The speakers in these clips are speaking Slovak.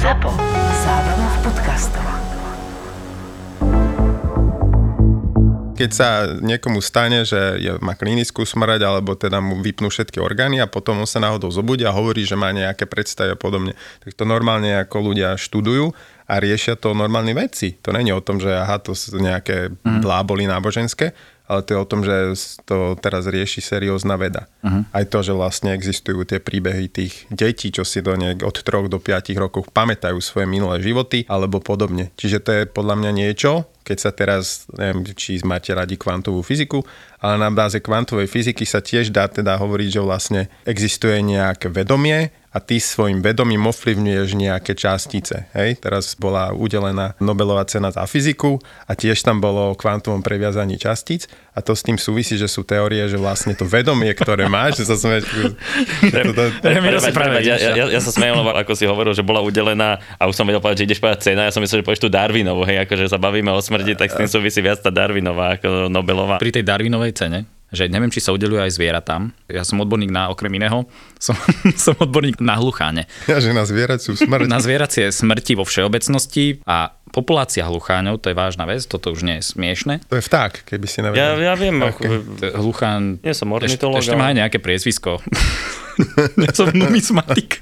ZAPO. Zábrná v podcastov. Keď sa niekomu stane, že má klinickú smrť, alebo teda mu vypnú všetky orgány a potom on sa náhodou zobudí a hovorí, že má nejaké predstavy a podobne, tak to normálne ako ľudia študujú a riešia to normálne veci. To nie je o tom, že aha, to sú nejaké bláboli náboženské, ale to je o tom, že to teraz rieši seriózna veda. Aj to, že vlastne existujú tie príbehy tých detí, čo si od 3 do 5 rokov pamätajú svoje minulé životy, alebo podobne. Čiže to je podľa mňa niečo, keď sa teraz, neviem, či máte radi kvantovú fyziku, ale na báze kvantovej fyziky sa tiež dá teda hovoriť, že vlastne existuje nejaké vedomie a ty svojim vedomím ovplyvňuješ nejaké častice. Hej? Teraz bola udelená Nobelová cena za fyziku a tiež tam bolo o kvantovom previazaní častíc a to s tým súvisí, že sú teórie, že vlastne to vedomie, ktoré máš, že sa smieš... Ja sa smejem, lebo ako si hovoril, že bola udelená a už som vedel povedať, že ideš povedať cena, ja som myslel, že povieš tú Darwinovu, hej, akože sa bavíme o smrti, tak s tým súvisí viac tá Darwinová ako Nobelová. Pri tej Darwinovej cene, že neviem, či sa udeľuje aj zvieratám. Ja som odborník na, okrem iného, som odborník na hlucháne. Ja, že na zvieraciu smrť. Na zvieracie smrti vo všeobecnosti a populácia hlucháňov, to je vážna vec, toto už nie je smiešne. To je vták, keby si nevedel. Ja viem, hluchán... Nie som ornitológ. Ešte má aj nejaké priezvisko. Ja som numismatik.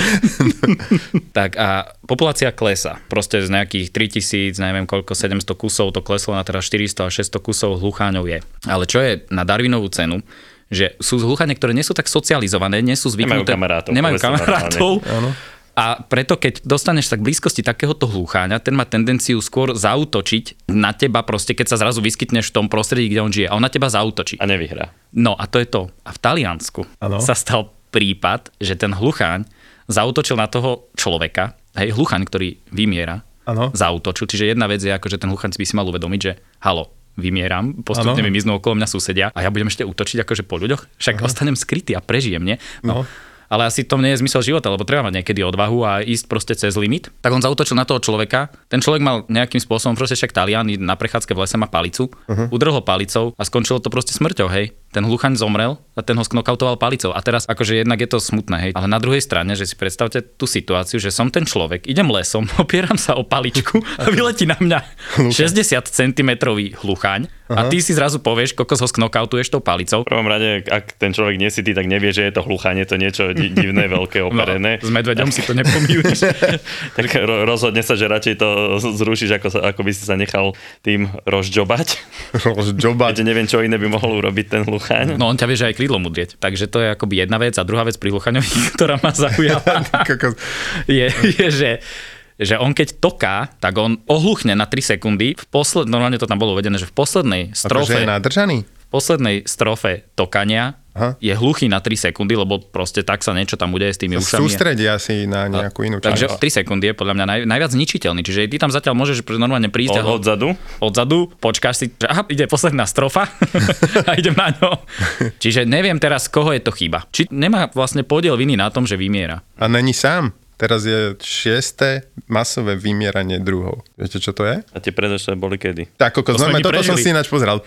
Tak a populácia klesa. Proste z nejakých 3000, neviem koľko, 700 kusov to kleslo na teraz 400 až 600 kusov hlucháňov je. Ale čo je na Darwinovú cenu, že sú hlucháne, ktoré nie sú tak socializované, nie sú zvyknuté. Nemajú kamarátov. A preto, keď dostaneš sa k blízkosti takéhoto hlucháňa, ten má tendenciu skôr zaútočiť na teba, proste keď sa zrazu vyskytneš v tom prostredí, kde on žije. A on na teba zaútočí. A nevyhrá. No a to je to. A v Taliansku sa stal prípad, že ten hlucháň zaútočil na toho človeka, hej, hlucháň, ktorý vymiera, zaútočil. Čiže jedna vec je, ako, že ten hlucháň by si mal uvedomiť, že halo, vymieram, postupne mi miznú okolo mňa susedia a ja budem ešte útočiť akože po ľuďoch, však ostanem skrytý a prežijem, nie? No. Ale asi to nie je zmysel života, lebo treba mať niekedy odvahu a ísť proste cez limit. Tak on zaútočil na toho človeka. Ten človek mal nejakým spôsobom, proste však Talian na prechádzke v lese má palicu, udrhol ho palicou a skončilo to proste smrťou, hej. Ten hluchaň zomrel a ten ho sknokautoval palicou. A teraz akože jednak je to smutné, hej. Ale na druhej strane, že si predstavte tú situáciu, že som ten človek, idem lesom, opieram sa o paličku a vyletí na mňa 60 cm hluchaň a ty si zrazu povieš, kokos ho sknokautuješ tou palicou. V prvom rade, ak ten človek nie si ty, tak nevie, že je to hluchanie, to niečo divné, veľké, operené. No, s medveďom si to nepomýliš. Tak rozhodne sa, že radšej to zrušíš, ako by si sa nechal tým rozďobať. Keďže neviem, čo iné by mohol urobiť ten hluchaň. No on ťa vie, že aj krídlo mudrieť. Takže to je akoby jedna vec. A druhá vec pri hluchaňovi, ktorá ma zaujala, je, že on keď toká, tak on ohluchne na 3 sekundy. Normálne to tam bolo uvedené, že v poslednej strofe... Akože je nádržaný? V poslednej strofe tokania je hluchý na 3 sekundy, lebo proste tak sa niečo tam udeje s tými ušami. Sústredia si na nejakú inú časť. Takže 3 sekundy je podľa mňa najviac zničiteľný. Čiže ty tam zatiaľ môžeš normálne prísť odzadu, počkáš si, že aha, ide posledná strofa a idem na ňo. Čiže neviem teraz, koho je to chyba. Či nemá vlastne podiel viny na tom, že vymiera. A není sám. Teraz je 6. masové vymieranie druhov. Viete, čo to je? A tie predošlé boli kedy? Tak, toto som si ináč pozeral.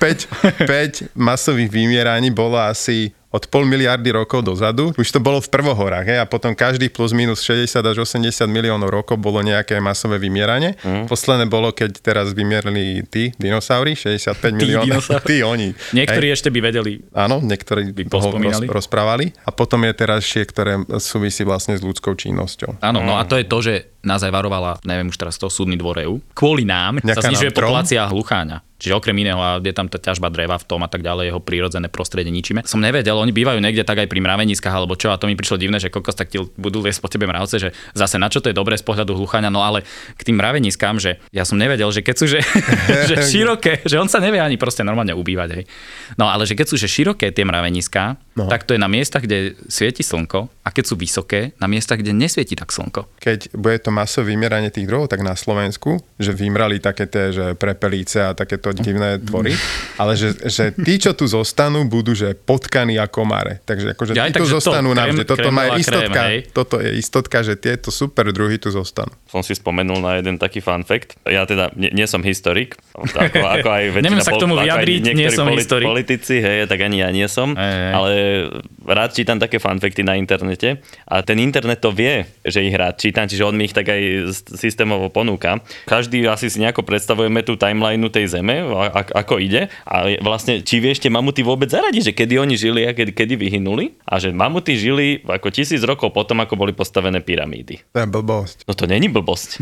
5 masových vymieraní bolo asi od 0,5 miliardy rokov dozadu. Už to bolo v prvohorách, a potom každých plus minus 60 až 80 miliónov rokov bolo nejaké masové vymieranie. Posledné bolo, keď teraz vymierali tí dinosaury, 65 miliónov. Tí oni. Niektorí ešte by vedeli. Áno, niektorí by rozprávali. A potom je teraz ktoré súvisí vlastne s ľudskou činnosťou. Áno, no a to je to, že nás aj varovala, neviem už teraz to súdny dvor EU. Kvôli nám sa znižuje populácia hlucháňa. Čiže okrem iného, a je tam tá ťažba dreva v tom a tak ďalej, jeho prírodzené prostredie ničíme. Som nevedel, oni bývajú niekde tak aj pri mraveniskách alebo čo, a to mi prišlo divné, že kokos, tak ti budú liesť po tebe mravce, že zase na čo to je dobré z pohľadu hlucháňa, no ale k tým mraveniskám, že ja som nevedel, že keď sú že široké, že on sa nevie ani proste normálne ubývať, hej. No ale že keď sú že široké tie mraveniská, tak to je na miestach, kde svieti slnko, a keď sú vysoké, na miestach, kde nesvieti tak slnko. Keď bude to masové vymieranie tých druhov, tak na Slovensku, že vymrali také tie, že prepelíce a takéto divné tvory, ale že tí, čo tu zostanú, budú že potkaní a komáre. Takže akože tí tu zostanú navždy. Toto má istotka. Toto je istotka, že tieto super druhy tu zostanú. Som si spomenul na jeden taký fun fact. Ja teda nie som historik, ako aj väčšina sa k tomu vyjadriť, nie som historik. Politici, hej, tak ani ja nie som, ale rád čítam také fun facty na internete a ten internet to vie, že ich rád čítam, čiže on mi ich tak tak aj systémovo ponúka. Každý asi si nejako predstavujeme tú timelineu tej Zeme, ako ide a vlastne či vieš tie mamuty vôbec zaradiť, že kedy oni žili a kedy vyhynuli a že mamuty žili ako 1000 rokov potom, ako boli postavené pyramídy. To je blbosť. No to není blbosť.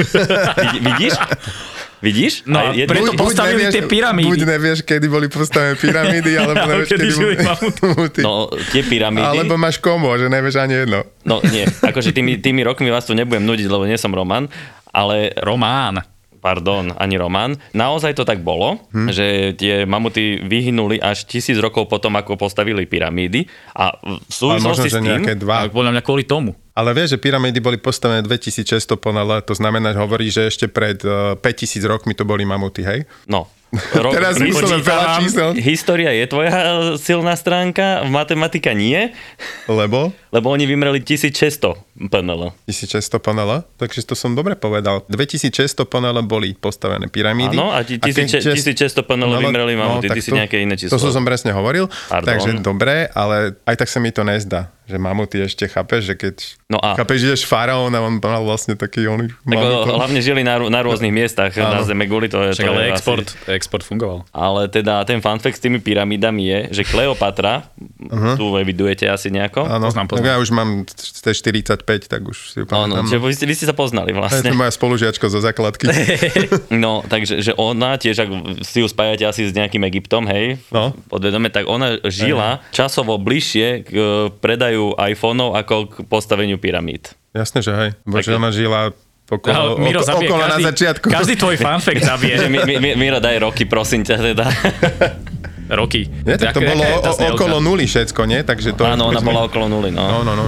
Vidíš? No, preto postavili tie pyramídy. Buď nevieš, kedy boli postavené pyramídy, alebo nevieš, kedy žili mamuty. No, tie pyramídy... Alebo máš komo, že nevieš ani jedno. No nie, akože tými rokmi vás tu nebudem nudiť, lebo nie som Roman, ale... Pardon, ani Roman. Naozaj to tak bolo, že tie mamuty vyhynuli až 1000 rokov potom, ako postavili pyramídy a v súvislosti s tým... Podľa mňa kvôli tomu. Ale vieš, že pyramídy boli postavené 2600 ponele, to znamená, že hovorí, že ešte pred 5000 rokmi to boli mamuty, hej? No. Teraz myslím veľa čísel. História je tvoja silná stránka, matematika nie. Lebo? Lebo oni vymreli 1600 PNL. 1600 PNL? Takže to som dobre povedal. 2600 PNL boli postavené pyramídy. Áno, a 1600 PNL vymreli mamuty, ty si nejaké iné číslo. To som presne hovoril. Pardon. Takže dobre, ale aj tak sa mi to nezdá. Že mamuty ešte chápeš, že keď chápeš, ideš faraón a on mal vlastne taký hlavne žili na rôznych miestach na Zeme kvôli to. Ale export fungoval. Ale teda ten fun fact s tými pyramídami je, že Kleopatra, tu evidujete asi nejako. Áno, ja už mám 45, tak už si ju pamätám. Vy ste sa poznali vlastne. To je moja spolužiačka zo základky. No, takže že ona tiež, ak si ju spájate asi s nejakým Egyptom, hej, podvedome, tak ona žila časovo bližšie k predaju iPhoneov ako k postaveniu pyramíd. Jasné, že hej. Bože, ona žila okolo na začiatku. Každý tvoj fanfact zabije. Miro, daj roky, prosím ťa teda. Roky. Nie, tak to bolo okolo nuly všetko, nie? Takže to áno, ona bola okolo nuly, no. No.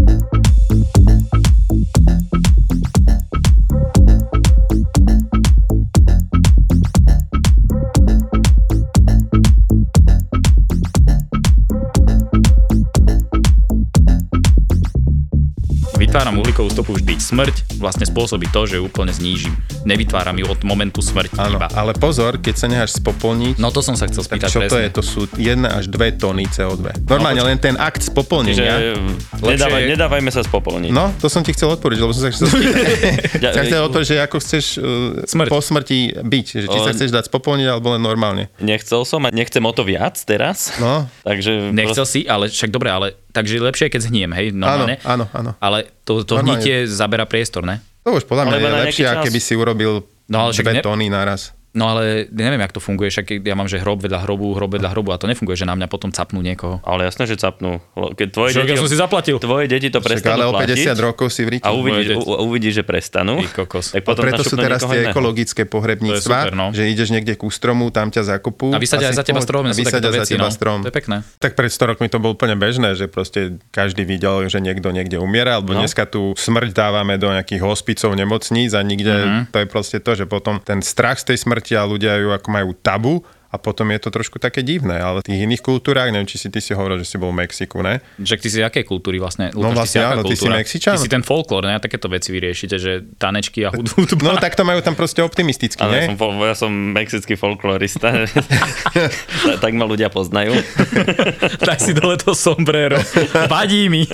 Vytváram uhlíkovú stopu vždy. Smrť vlastne spôsobí to, že ju úplne znížim. Nevytváram ju od momentu smrti iba. Ale pozor, keď sa necháš spopolniť. No to som sa chcel spýtať čo presne. To sú 1 až 2 tony CO2. Normálne len ten akt spopolnenia. Nedávajme sa spopolniť. No, to som ti chcel odpovedať, lebo som sa chcel spýtať. Ja chcel o to, že ako chceš po smrti byť. Že či sa chceš dať spopolniť, alebo len normálne. Nechcel som a nechcem o to viac teraz. No. Takže nechcel si, ale však dobre, ale takže lepšie, keď zhniem, hej, normálne. Áno. Ale to hnitie zabera priestor, ne? To už podľa mňa je lepšie, keby si urobil 2 tóny naraz. No ale neviem, jak to funguje, však ja mám, že hrob vedľa hrobu a to nefunguje, že na mňa potom capnú niekoho. Ale jasné, že capnú. Keď ja som si zaplatil. Tvoje deti to prestanú platiť. Ale o 50 rokov si v riti. A uvidíš, že prestanú. Tak potom preto sú teraz tie ekologické pohrebníctva, že ideš niekde ku stromu, tam ťa zakopú. A vysadia za teba strom, sú takéto veci, no. To je pekné. Tak pred 100 rokmi to bolo úplne bežné, že proste každý videl, že niekto niekde umiera, alebo dneska tú smrť dávame do nejakých hospicov, nemocníc a nikde, to je proste to, že potom ten strach z tej smrti a ľudia ju majú tabu a potom je to trošku také divné, ale v tých iných kultúrách, neviem, či ty si hovoril, že si bol v Mexiku, ne? Že ty si akej kultúry vlastne? No vlastne áno, ty si Mexičan. Ty si ten folklór, ne? A takéto veci vyriešite, že tanečky a hudba. No tak to majú tam proste optimisticky, ne? Ja som mexický folklorista. Tak ma ľudia poznajú. Daj si dole to sombrero. Vadí mi.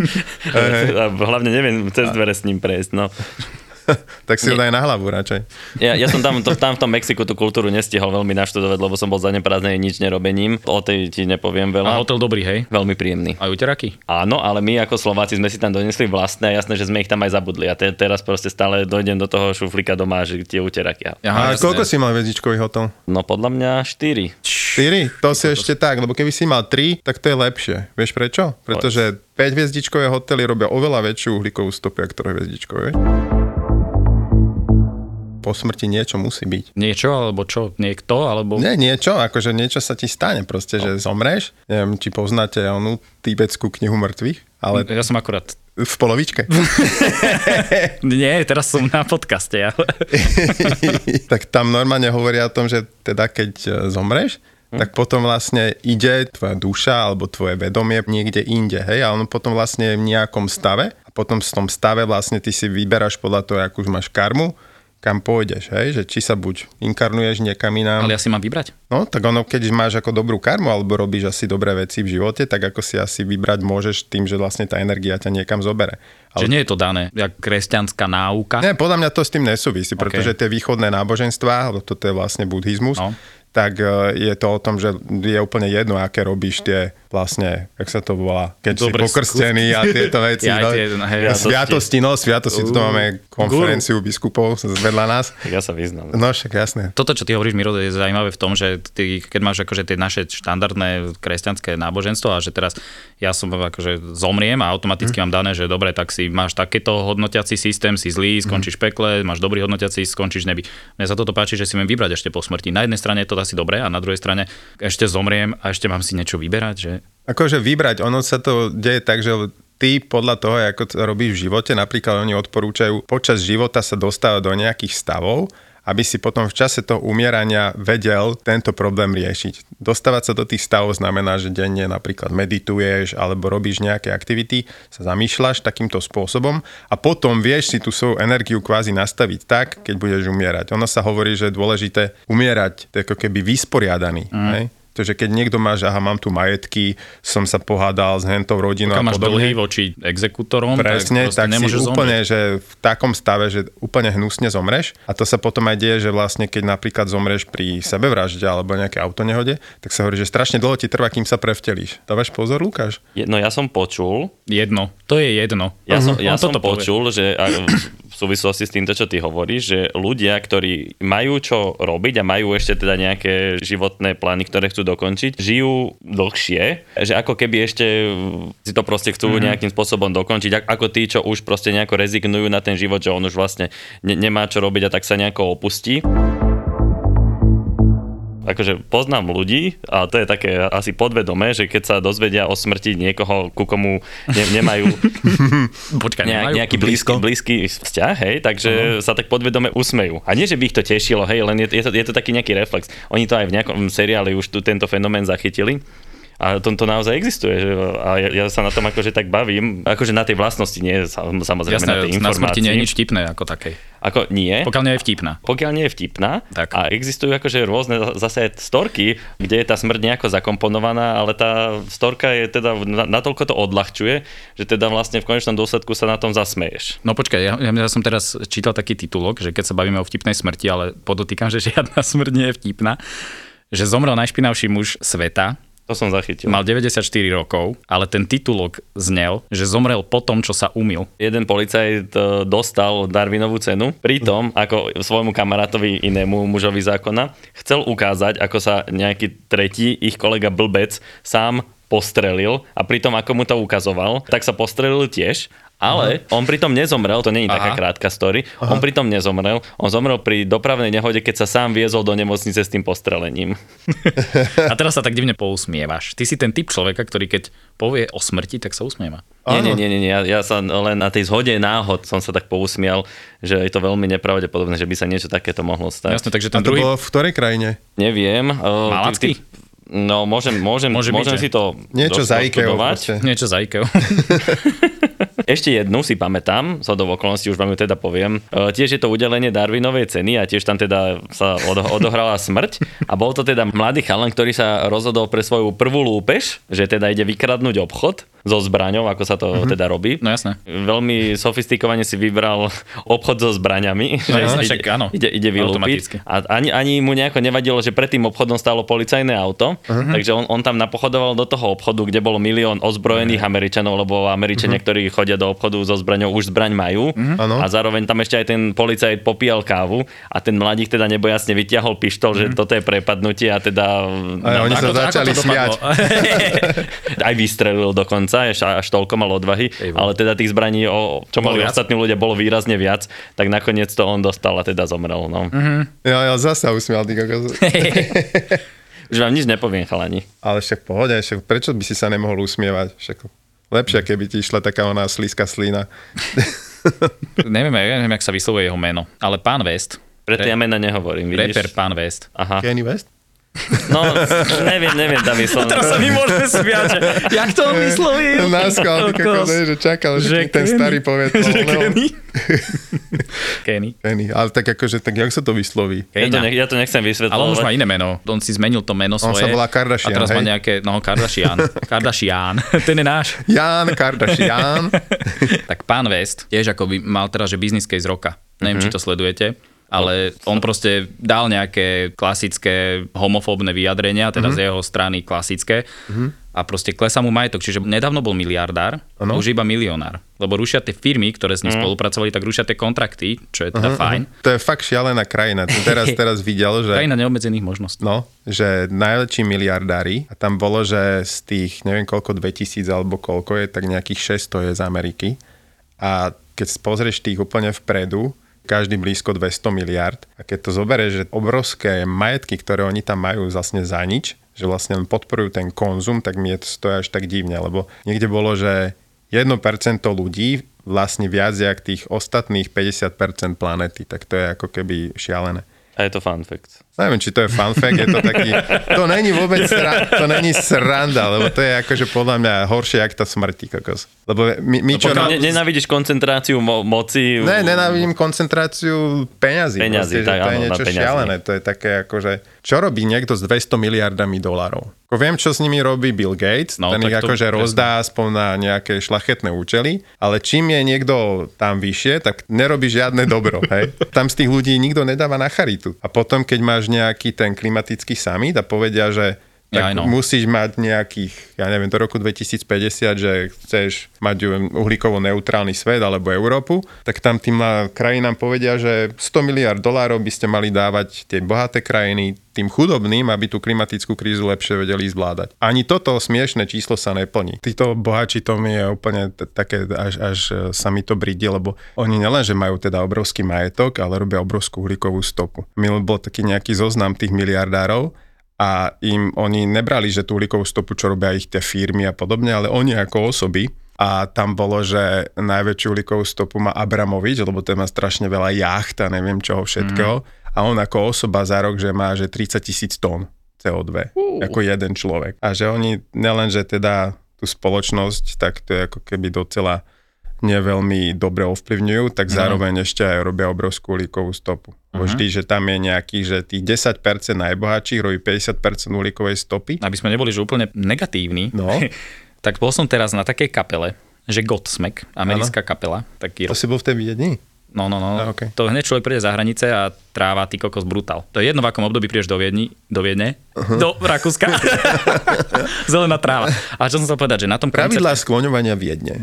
Hlavne neviem cez dvere s ním prejsť, no. Tak si ho daj na hlavu radšej. Ja som tam v tom Mexiku tú kultúru nestihol veľmi naštudovať, lebo som bol zaneprázdnený nič nerobením. O tej ti nepoviem veľa. A hotel dobrý, hej? Veľmi príjemný. A uteraky? Áno, ale my ako Slováci sme si tam donesli vlastné a jasné, že sme ich tam aj zabudli. A teraz proste stále dojdem do toho šuflíka doma, že tie uteraky. Aha, a koľko si mal hviezdičkový hotel? No podľa mňa 4. 4? To si ešte tak, lebo keby si mal 3, tak to je lepšie. Vieš prečo? Pretože 5-hviezdičkové hotely robia oveľa väčšiu uhlíkovú stopu ako 3-hviezdičkové. Po smrti niečo musí byť. Niečo, alebo čo? Niekto, alebo... Nie, niečo, akože niečo sa ti stane proste, že zomreš. Neviem, či poznáte onú tibetskú knihu mŕtvych, ale... Ja som akorát... V polovičke. Nie, teraz som na podcaste. Ale... Tak tam normálne hovoria o tom, že teda keď zomreš, tak potom vlastne ide tvoja duša alebo tvoje vedomie niekde inde, hej, a ono potom vlastne je v nejakom stave a potom v tom stave vlastne ty si vyberáš podľa toho, akú už máš karmu. kam pôjdeš, hej? Že či sa buď inkarnuješ niekam inám. Ale ja si mám vybrať? No, tak ono, keď máš ako dobrú karmu alebo robíš asi dobré veci v živote, tak ako si asi vybrať môžeš tým, že vlastne tá energia ťa niekam zobere. Že nie je to dané, jak kresťanská náuka? Nie, podľa mňa to s tým nesúvisí, pretože tie východné náboženstvá, alebo toto je vlastne buddhizmus, tak je to o tom, že je úplne jedno, aké robíš tie vlastne, jak sa to volá, keď si pokrstený a tieto veci. Sviatosti, tu máme konferenciu biskupov vedľa nás. Ja sa vyznám. No však jasné. Toto, čo ty hovoríš, Miro, je zaujímavé v tom, že ty, keď máš akože tie naše štandardné kresťanské náboženstvo a že teraz ja som akože zomriem a automaticky mám dané, že dobre, tak si máš takéto hodnotiaci systém, si zlý, skončíš pekle, máš dobrý hodnotiaci, skončíš nebi. Mne sa toto páči, že si viem vybrať ešte po smrti. Na jednej strane je to asi dobre a na druhej strane ešte zomriem a ešte mám si niečo vyberať, že... Akože vybrať, ono sa to deje tak, že ty podľa toho, ako to robíš v živote, napríklad oni odporúčajú počas života sa dostávať do nejakých stavov, aby si potom v čase toho umierania vedel tento problém riešiť. Dostávať sa do tých stavov znamená, že denne napríklad medituješ alebo robíš nejaké aktivity, sa zamýšľaš takýmto spôsobom a potom vieš si tú svoju energiu kvázi nastaviť tak, keď budeš umierať. Ono sa hovorí, že je dôležité umierať ako keby vysporiadaný. Hej? Takže keď niekto má, že aha, mám tu majetky, som sa pohádal s hentou rodinou a podobne. Pokiaľ máš dlhý voči exekútorom, presne, tak si úplne, že v takom stave, že úplne hnusne zomreš. A to sa potom aj deje, že vlastne keď napríklad zomreš pri sebevražde alebo nejakej autonehode, tak sa hovorí, že strašne dlho ti trvá, kým sa prevtelíš. Dávaš pozor, Lukáš? No ja som počul. To je jedno. Ja som počul, že v súvislosti s týmto, čo ty hovoríš, že ľudia, ktorí majú čo robiť a majú ešte teda nejaké životné plány, ktoré chcú dokončiť, žijú dlhšie, že ako keby ešte si to proste chcú nejakým spôsobom dokončiť, ako tí, čo už proste nejako rezignujú na ten život, že on už vlastne nemá čo robiť a tak sa nejako opustí. Akože poznám ľudí a to je také asi podvedomé, že keď sa dozvedia o smrti niekoho, ku komu nemajú nejaký blízky vzťah, hej, takže sa tak podvedome usmejú. A nie, že by ich to tešilo, hej, len je to taký nejaký reflex. Oni to aj v nejakom seriáli už tento fenomén zachytili. A to naozaj existuje. A ja sa na tom akože tak bavím. Akože na tej vlastnosti nie, samozrejme. Jasné, na tej informácii. Na smrti nie je nič vtipné ako takej. Ako nie. Pokiaľ nie je vtipná. Pokiaľ nie je vtipná. Tak. A existujú akože rôzne zase storky, kde je tá smrť nejako zakomponovaná, ale tá storka je teda natoľko to odľahčuje, že teda vlastne v konečnom dôsledku sa na tom zasmeješ. No počkaj, ja som teraz čítal taký titulok, že keď sa bavíme o vtipnej smrti, ale podotýkam, že žiadna smrť nie je vtipná, že zomrel najšpinavší muž sveta. To som zachytil. Mal 94 rokov, ale ten titulok znel, že zomrel po tom, čo sa umyl. Jeden policajt dostal Darwinovú cenu, pritom ako svojmu kamarátovi inému mužovi zákona chcel ukázať, ako sa nejaký tretí, ich kolega blbec, sám postrelil a pritom ako mu to ukazoval, tak sa postrelil tiež. Ale on pritom nezomrel, to nie je taká krátka story, on pritom nezomrel, on zomrel pri dopravnej nehode, keď sa sám viezol do nemocnice s tým postrelením. A teraz sa tak divne pousmievaš. Ty si ten typ človeka, ktorý keď povie o smrti, tak sa usmieva. Nie, ja sa len na tej zhode náhod som sa tak pousmial, že je to veľmi nepravdepodobné, že by sa niečo takéto mohlo stať. Jasne, takže ten to druhý... bolo v ktorej krajine? Neviem. Malacký? No, môžem si to niečo za IKEA. Niečo za IKEA. Ešte jednu si pamätám, zhodou okolností už vám ju teda poviem. Tiež je to udelenie Darwinovej ceny a tiež tam teda sa odohrala smrť a bol to teda mladý chalan, ktorý sa rozhodol pre svoju prvú lúpež, že teda ide vykradnúť obchod so zbraňou, ako sa to teda robí. No jasné. Veľmi sofistikovane si vybral obchod so zbraňami, no, jasné, však áno. Ide vylúpiť. A ani mu nejako nevadilo, že pred tým obchodom stálo policajné auto, takže on tam napochodoval do toho obchodu, kde bolo 1 000 000 ozbrojených Američanov, lebo Američania, ktorí chodia do obchodu so zbraňou, už zbraň majú. A zároveň tam ešte aj ten policajt popíjal kávu a ten mladík teda nebojasne vyťahol pištol, že toto je prepadnutie a teda... Oni sa začali smiať. Aj vystrelil dokonca, až toľko mal odvahy, ale teda tých zbraní, čo mali ostatní ľudia, bolo výrazne viac, tak nakoniec to on dostal a teda zomrel. No. Ja zase usmial. Už vám nič nepoviem, chalani. Ale však pohode, prečo by si sa nemohol usmievať? Však lepšie, keby ti išla taká ona slízka slína. Neviem, jak sa vyslovuje jeho meno, ale pán West. Preto ja mena nehovorím, vidíš? Rapper pán West. Aha. Kanye West? No, neviem, David. Teraz sa mi môžeme smiať, že jak to on vyslovil? Náskal, že čakal, že ten starý povie to. Kenny. Ale tak akože, tak jak sa to vysloví? Ja to nechcem vysvetľovať. Ale on už má iné meno. On si zmenil to meno svoje. On sa volá Kardashian, a teraz má nejaké, Kardashian. Ten je náš. Jan Kardashian. Tak pán West, tiež ako by mal teraz, že business case roka. Neviem, či to sledujete. Ale on proste dal nejaké klasické homofóbne vyjadrenia, teda z jeho strany klasické. A proste klesá mu majetok. Čiže nedávno bol miliardár, už iba milionár. Lebo rušia tie firmy, ktoré s ním spolupracovali, tak rušia tie kontrakty, čo je teda fajn. To je fakt šialená krajina. Teraz videl, že... Krajina neobmedzených možností. No, že najväčší miliardári, a tam bolo, že z tých, neviem koľko, 2000 alebo koľko je, tak nejakých 600 je z Ameriky. A keď pozrieš tých úplne vpredu, každý blízko 200 miliard. A keď to zoberieš, že obrovské majetky, ktoré oni tam majú vlastne za nič, že vlastne len podporujú ten konzum, tak mi je to stojí až tak divne, lebo niekde bolo, že 1% ľudí vlastne viac jak tých ostatných 50% planety, tak to je ako keby šialené. A je to fun fact. Neviem, či to je fun fact, je to taký... To není vôbec to není sranda, lebo to je akože podľa mňa horšie, jak tá smrti, kokos. Lebo my čo... Nenávidíš koncentráciu moci? Ne, nenávidím koncentráciu peňazí. Peňazí, tak to je áno, niečo šialené. To je také akože... Čo robí niekto s 200 miliardami dolárov? Viem, čo s nimi robí Bill Gates, ten ich akože rozdá aspoň na nejaké šľachetné účely, ale čím je niekto tam vyššie, tak nerobí žiadne dobro, hej. Tam z tých ľudí nikto nedáva na charitu. A potom, keď máš nejaký ten klimatický summit a povedia, že tak musíš mať nejakých, ja neviem, do roku 2050, že chceš mať uhlíkovo neutrálny svet alebo Európu, tak tam tým krajinám povedia, že $100 miliard by ste mali dávať tie bohaté krajiny tým chudobným, aby tú klimatickú krízu lepšie vedeli zvládať. Ani toto smiešné číslo sa neplní. Títo bohači, to mi je úplne také, až sa mi to brídi, lebo oni nielenže majú teda obrovský majetok, ale robia obrovskú uhlíkovú stopu. Bol taký nejaký zoznam tých miliardárov, a oni nebrali, že tú uhlíkovú stopu, čo robia ich tie firmy a podobne, ale oni ako osoby. A tam bolo, že najväčšiu uhlíkovú stopu má Abramovič, lebo ten má strašne veľa jacht a neviem čoho všetkého. A on ako osoba za rok, že má že 30 000 tón CO2, ako jeden človek. A že oni nelenže teda tú spoločnosť, tak to je ako keby docela neveľmi dobre ovplyvňujú, tak zároveň ešte aj robia obrovskú uhlíkovú stopu. Vždy, že tam je nejaký, že tých 10% najbohatších robí 50% uhlíkovej stopy. Aby sme neboli že úplne negatívni, tak bol som teraz na takej kapele, že Godsmack, americká kapela. Taký... To si bol v tej Viedni? No. Okay. To hneď človek príde za hranice a tráva ty kokos brutál. To je jedno, v akom období prídeš do Viedne, do Rakúska. Zelená tráva. A čo som sa povedať, že na tom pravidlá skloňovania Viedne.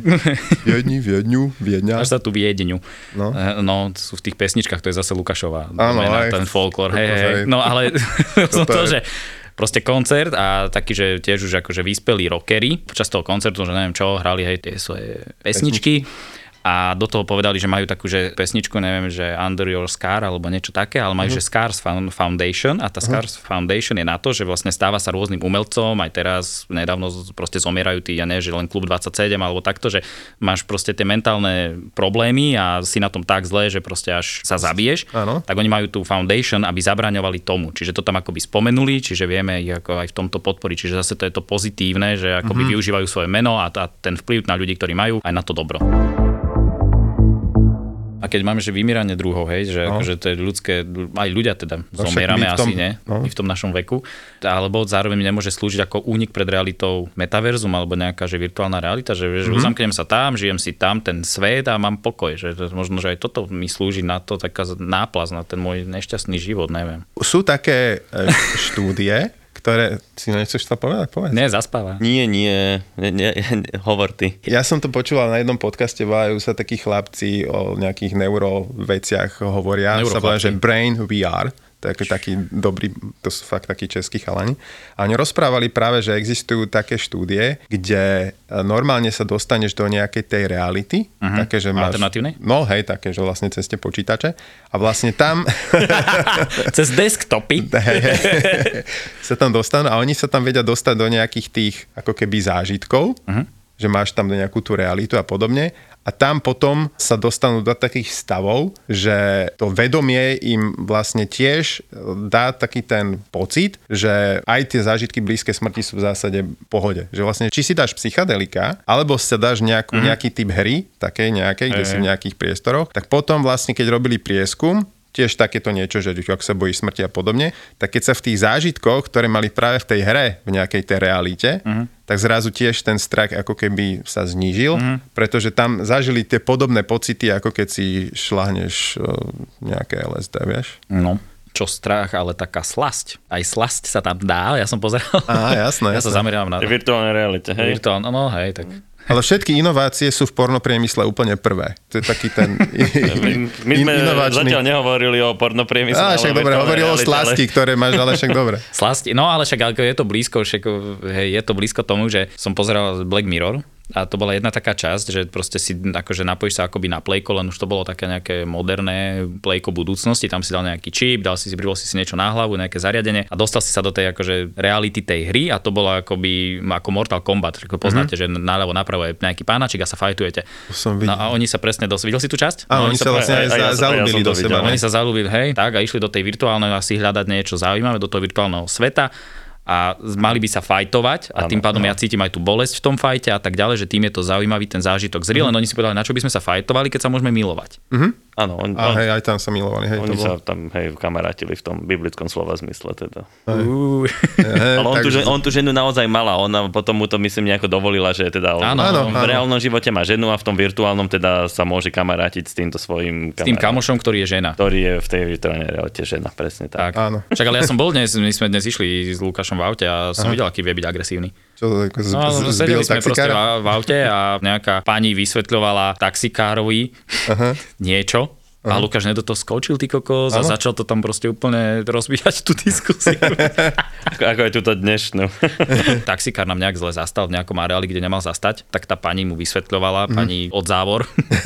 Viedňa. Až sa tu Viedňu. No, sú v tých pesničkách, to je zase Lukášová. Áno, ten folklór. Hej. No, ale som to, že proste koncert a taký, že tiež už akože vyspelí rockery. Počas toho koncertu, že neviem čo, hrali tie svoje pesničky. A do toho povedali, že majú takú, že pesničku, neviem, že Under Your Scar alebo niečo také, ale majú, že Scars Foundation a tá Scars Foundation je na to, že vlastne stáva sa rôznym umelcom, aj teraz nedávno proste zomierajú tí, ja neviem, že len Klub 27 alebo takto, že máš proste tie mentálne problémy a si na tom tak zle, že proste až sa zabiješ, tak oni majú tú foundation, aby zabraňovali tomu. Čiže to tam akoby spomenuli, čiže vieme ich ako aj v tomto podporiť, čiže zase to je to pozitívne, že akoby využívajú svoje meno a ten vplyv na ľudí, ktorí majú, aj na to dobro. A keď máme, že vymieranie druhov, hej, že akože to je ľudské, aj ľudia teda zomierame asi, nie? I v tom našom veku. Alebo zároveň nemôže slúžiť ako únik pred realitou metaverzum alebo nejaká že virtuálna realita, že uzamknem sa tam, žijem si tam ten svet a mám pokoj. Že možno, že aj toto mi slúži na to, taká náplaz na ten môj nešťastný život, neviem. Sú také štúdie, ktoré... Si nechceš to povedať? Povedz. Nie, zaspáva. Nie, hovor ty. Ja som to počúval na jednom podcaste, volajú sa takí chlapci o nejakých neuroveciach hovoria. Sa volá, že Brain VR. To je taký dobrý, to sú fakt takí českí chalani. A oni rozprávali práve, že existujú také štúdie, kde normálne sa dostaneš do nejakej tej reality. Také, že máš... Alternatívnej? No hej, také, že vlastne cez tie počítače. A vlastne tam... cez desktopy. sa tam dostanú a oni sa tam vedia dostať do nejakých tých ako keby zážitkov. že máš tam nejakú tú realitu a podobne. A tam potom sa dostanú do takých stavov, že to vedomie im vlastne tiež dá taký ten pocit, že aj tie zážitky blízkej smrti sú v zásade v pohode. Že vlastne, či si dáš psychedelika, alebo si dáš nejaký typ hry, takej nejakej, kde si v nejakých priestoroch, tak potom vlastne, keď robili prieskum, tiež takéto niečo, že ak sa bojí smrti a podobne, tak keď sa v tých zážitkoch, ktoré mali práve v tej hre, v nejakej tej realite, tak zrazu tiež ten strach ako keby sa znížil, pretože tam zažili tie podobné pocity, ako keď si šlahneš nejaké LSD, vieš? No. Čo strach, ale taká slasť. Aj slasť sa tam dá, ja som pozeral. Á, jasné. Ja sa zameriavam na to. V virtuálnej realite, hej? No hej, tak... Ale všetky inovácie sú v pornopriemysle úplne prvé. To je taký ten My sme inovačný. zatiaľ nehovorili o pornopriemysle. Však dobre, hovoril o slasti, ktoré máš, ale však dobre. Slasti, no ale však je to blízko, je to blízko tomu, že som pozeral Black Mirror a to bola jedna taká časť, že proste si akože napojíš sa akoby na plejko, len už to bolo také nejaké moderné plejko budúcnosti, tam si dal nejaký čip, pribol si niečo na hlavu, nejaké zariadenie a dostal si sa do tej akože reality tej hry a to bolo akoby ako Mortal Kombat, ako poznáte, že naľavo napravo je nejaký pánačik a sa fajtujete. No a oni sa presne videl si tú časť? Áno, oni sa vlastne aj zalúbili do seba. Oni sa zalúbili, hej, tak a išli do tej virtuálnej asi hľadať niečo zaujímavé do toho virtuálneho sveta. A mali by sa fajtovať a tým pádom ja cítim aj tú bolesť v tom fajte a tak ďalej, že tým je to zaujímavý ten zážitok z hry, len oni si povedali, na čo by sme sa fajtovali, keď sa môžeme milovať. Áno, aj tam sa milovali. Hej, oni sa tam kamarátili v tom biblickom slova zmysle teda. Ale on tú ženu naozaj mala, ona potom mu to myslím nejako dovolila, že teda v reálnom živote má ženu a v tom virtuálnom teda sa môže kamarátiť s týmto svojím kamarátom. S tým kamošom, ktorý je žena. Ktorý je v tej virtuálnej realite žena, presne tak. Áno. Však ale ja som bol my sme dnes išli s Lukášom v aute a som videl, aký vie byť agresívny. Sedeli sme proste v aute a nejaká pani vysvetľovala taxikárovi niečo. A Lukáš do toho skočil, ty kokos, a začal to tam proste úplne rozbíjať tú diskusiu. Ako je túto dnešnú. Taxikár nám nejak zle zastal v nejakom areáli, kde nemal zastať, tak tá pani mu vysvetľovala, pani od Závor.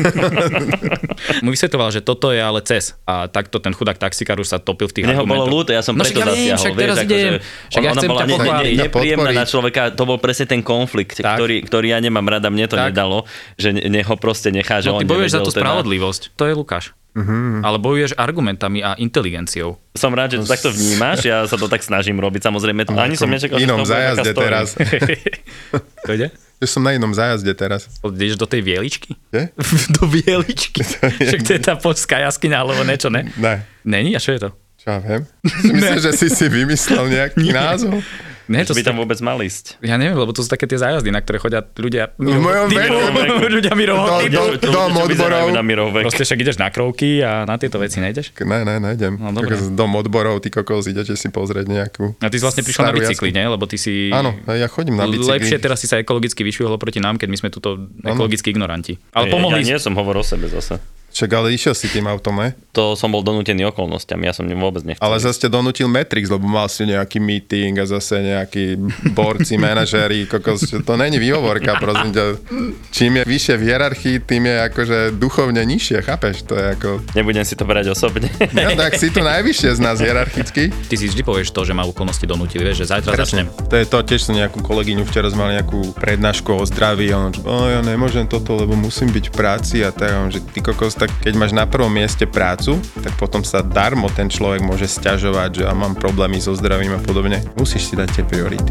Mu vysvetľovala, že toto je ale cez. A takto ten chudák taxikár už sa topil v tých argumentoch. Neho bolo ľúto, ja som preto zasiahol. Ona bola nepríjemná na človeka, to bol presne ten konflikt, ktorý ja nemám rada, mne to nedalo, že ho proste nechá, že on ty bojuješ za tú spravodlivosť, to je Lukáš. Ale bojuješ argumentami a inteligenciou. Som rád, že to takto vnímaš, ja sa to tak snažím robiť, samozrejme. Ani som nečakal, že to bude zájazde teraz. To ide? Že som na inom zájazde teraz. Ideš do tej Vieličky? Je? Do Vieličky? Však to je tá poľská jaskyňa, alebo niečo, ne? Ne. Není? A čo je to? Čo ja viem? Myslím, že si vymyslel nejaký názov. Nie, to by tam vôbec mal ísť. Ja neviem, lebo to sú také tie zájazdy, na ktoré chodia ľudia v mojom veku. Ľudia Dom odborov. Proste však ideš na Krovky a na tieto veci nejdeš? Ne, nejdem. No, dom odborov, ty kokos, idete si pozrieť nejakú. A ty si vlastne prišiel na bicykli, nie? Lebo ty si... Áno, ja chodím na bicykli. Lepšie teraz si sa ekologicky vyšvihol proti nám, keď my sme tuto ekologickí ignoranti. Ale pomohli. Ja nie som hovoril o sebe zase. Čak, ale išiel si tým autom, ne? To som bol donútený okolnostiami, ja som vôbec nechcel. Ale zase donútil Matrix, lebo mal si nejaký meeting a zase nejakí borci, manažéri, kokos, to není výhovorka, prosím ťa. Čím je vyššie v hierarchii, tým je akože duchovne nižšie, chápeš? To je ako... Nebudem si to brať osobne. No tak si tu najvyššie z nás hierarchicky. Ty si vždy povieš to, že ma okolnosti donútili, vieš, že zajtra začnem. To je to, tiež som nejakú kolegyňu včera sme mali nejakú prednášku o zdraví a on, ja nemôžem toto, lebo musím byť v práci a tak, že ty kokos, tak keď máš na prvom mieste prácu, tak potom sa darmo ten človek môže sťažovať, že ja mám problémy so zdravím a podobne. Musíš si dať tie priority.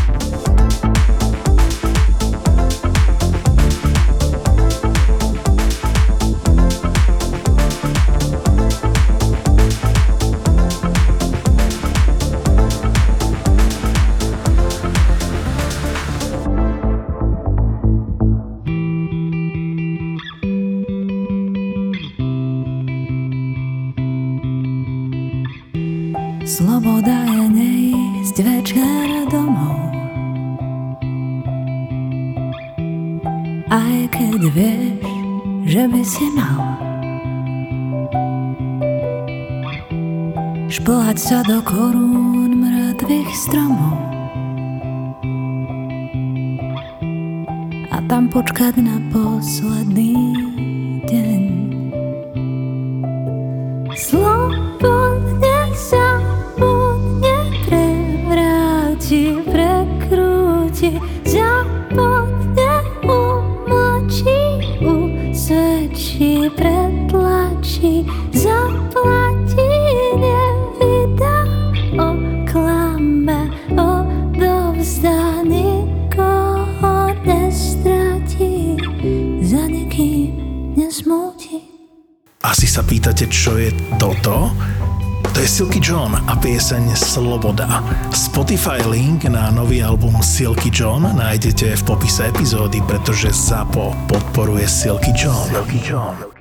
Sloboda je neísť večer domov, aj keď vieš, že by si mal šplhať sa do korún mŕtvych stromov a tam počkať na posledný deň. Slobodne sa prekrúti, zabudne si zaplatí, nevydá, oklame, odovzdá, nikoho nestratí, za nikým nesmúti. Asi sa pýtate, čo je toto? To je Silky John a pieseň Sloboda. Spotify link na nový album Silky John nájdete v popise epizódy, pretože ZAPO podporuje Silky John.